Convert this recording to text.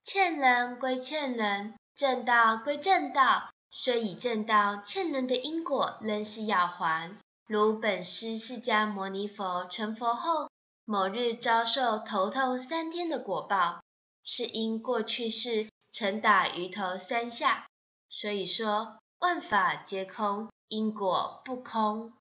欠人归欠人，正道归正道，虽已正道，欠人的因果仍是要还。如本师释迦牟尼佛成佛后，某日遭受头痛3天的果报，是因过去世曾打鱼头3下。所以说，万法皆空，因果不空。